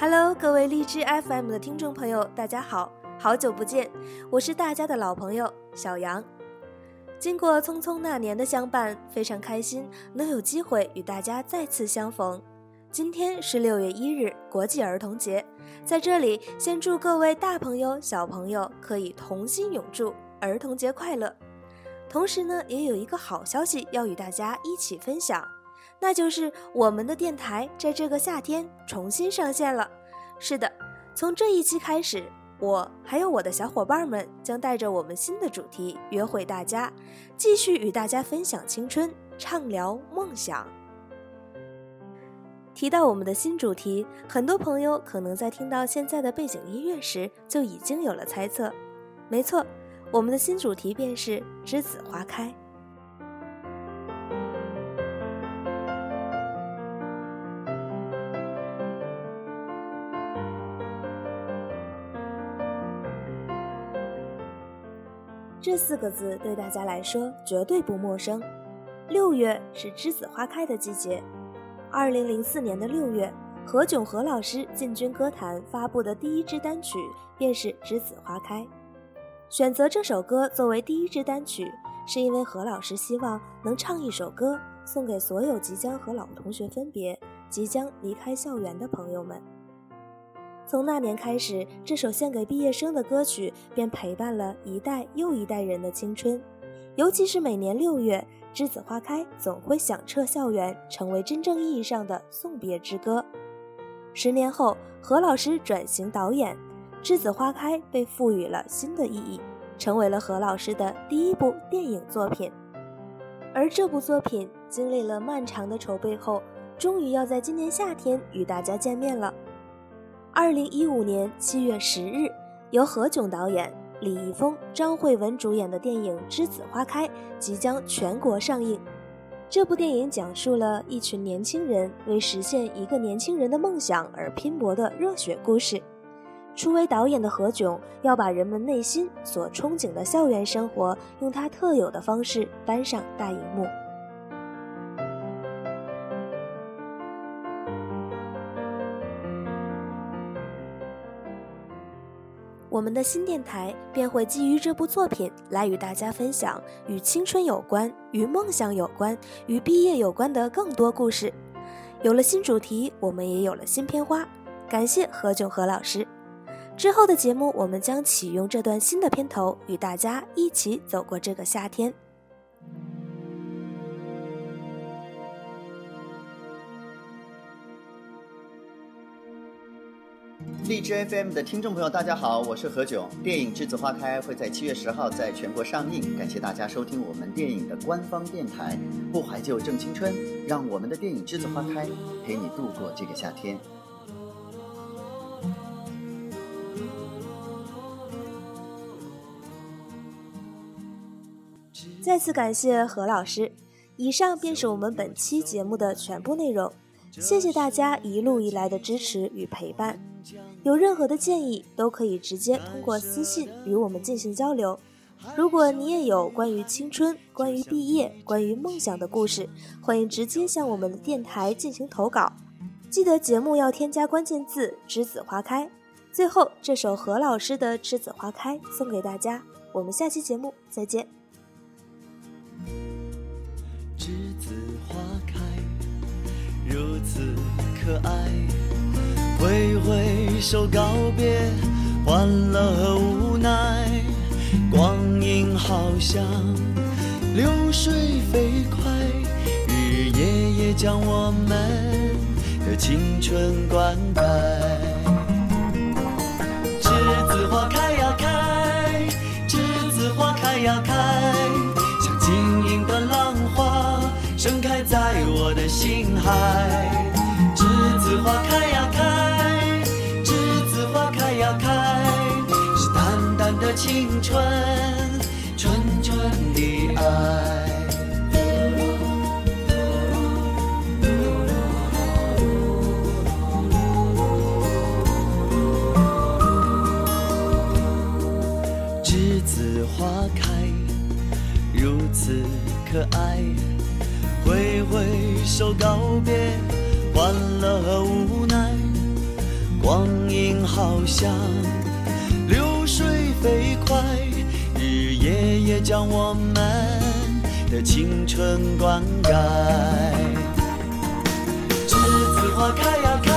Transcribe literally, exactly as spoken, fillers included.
Hello， 各位荔枝 F M 的听众朋友，大家好，好久不见，我是大家的老朋友小杨。经过匆匆那年的相伴，非常开心能有机会与大家再次相逢。今天是六月一日，国际儿童节，在这里先祝各位大朋友、小朋友可以同心永驻，儿童节快乐。同时呢，也有一个好消息要与大家一起分享，那就是我们的电台在这个夏天重新上线了。是的，从这一期开始，我还有我的小伙伴们将带着我们新的主题约会大家，继续与大家分享青春，畅聊梦想。提到我们的新主题，很多朋友可能在听到现在的背景音乐时就已经有了猜测。没错，我们的新主题便是栀子花开。这四个字对大家来说绝对不陌生。六月是栀子花开的季节。二零零四年的六月，何炅何老师进军歌坛发布的第一支单曲便是《栀子花开》。选择这首歌作为第一支单曲，是因为何老师希望能唱一首歌送给所有即将和老同学分别、即将离开校园的朋友们。从那年开始，这首献给毕业生的歌曲便陪伴了一代又一代人的青春。尤其是每年六月，栀子花开总会响彻校园，成为真正意义上的送别之歌。十年后，何老师转型导演，栀子花开被赋予了新的意义，成为了何老师的第一部电影作品。而这部作品经历了漫长的筹备后，终于要在今年夏天与大家见面了。二零一五年七月十日，由何炅导演、李易峰、张慧雯主演的电影《栀子花开》即将全国上映。这部电影讲述了一群年轻人为实现一个年轻人的梦想而拼搏的热血故事。初为导演的何炅要把人们内心所憧憬的校园生活，用他特有的方式搬上大荧幕。我们的新电台便会基于这部作品来与大家分享与青春有关、与梦想有关、与毕业有关的更多故事。有了新主题，我们也有了新片花，感谢何炅何老师。之后的节目，我们将启用这段新的片头，与大家一起走过这个夏天。 荔枝 F M 的听众朋友大家好，我是何炅。电影《栀子花开》会在七月十号在全国上映，感谢大家收听我们电影的官方电台，不怀旧正青春，让我们的电影《栀子花开》陪你度过这个夏天。 再次感谢何老师。以上便是我们本期节目的全部内容，谢谢大家一路以来的支持与陪伴。有任何的建议都可以直接通过私信与我们进行交流。如果你也有关于青春、关于毕业、关于梦想的故事，欢迎直接向我们的电台进行投稿。记得节目要添加关键字栀子花开。最后，这首何老师的栀子花开送给大家，我们下期节目再见。 栀子花开如此可爱，挥挥手告别欢乐和无奈，光阴好像流水飞快，日夜夜将我们的青春灌溉。栀子花开呀开，栀子花开呀开，像晶莹的浪花盛开在我的心海。栀子花开呀开，栀子花开呀开，是淡淡的青春，纯纯的爱。栀子花开如此可爱，挥挥手告别欢乐和无奈， 光阴好像流水飞快，日夜也将我们的青春灌溉。栀子花开呀开，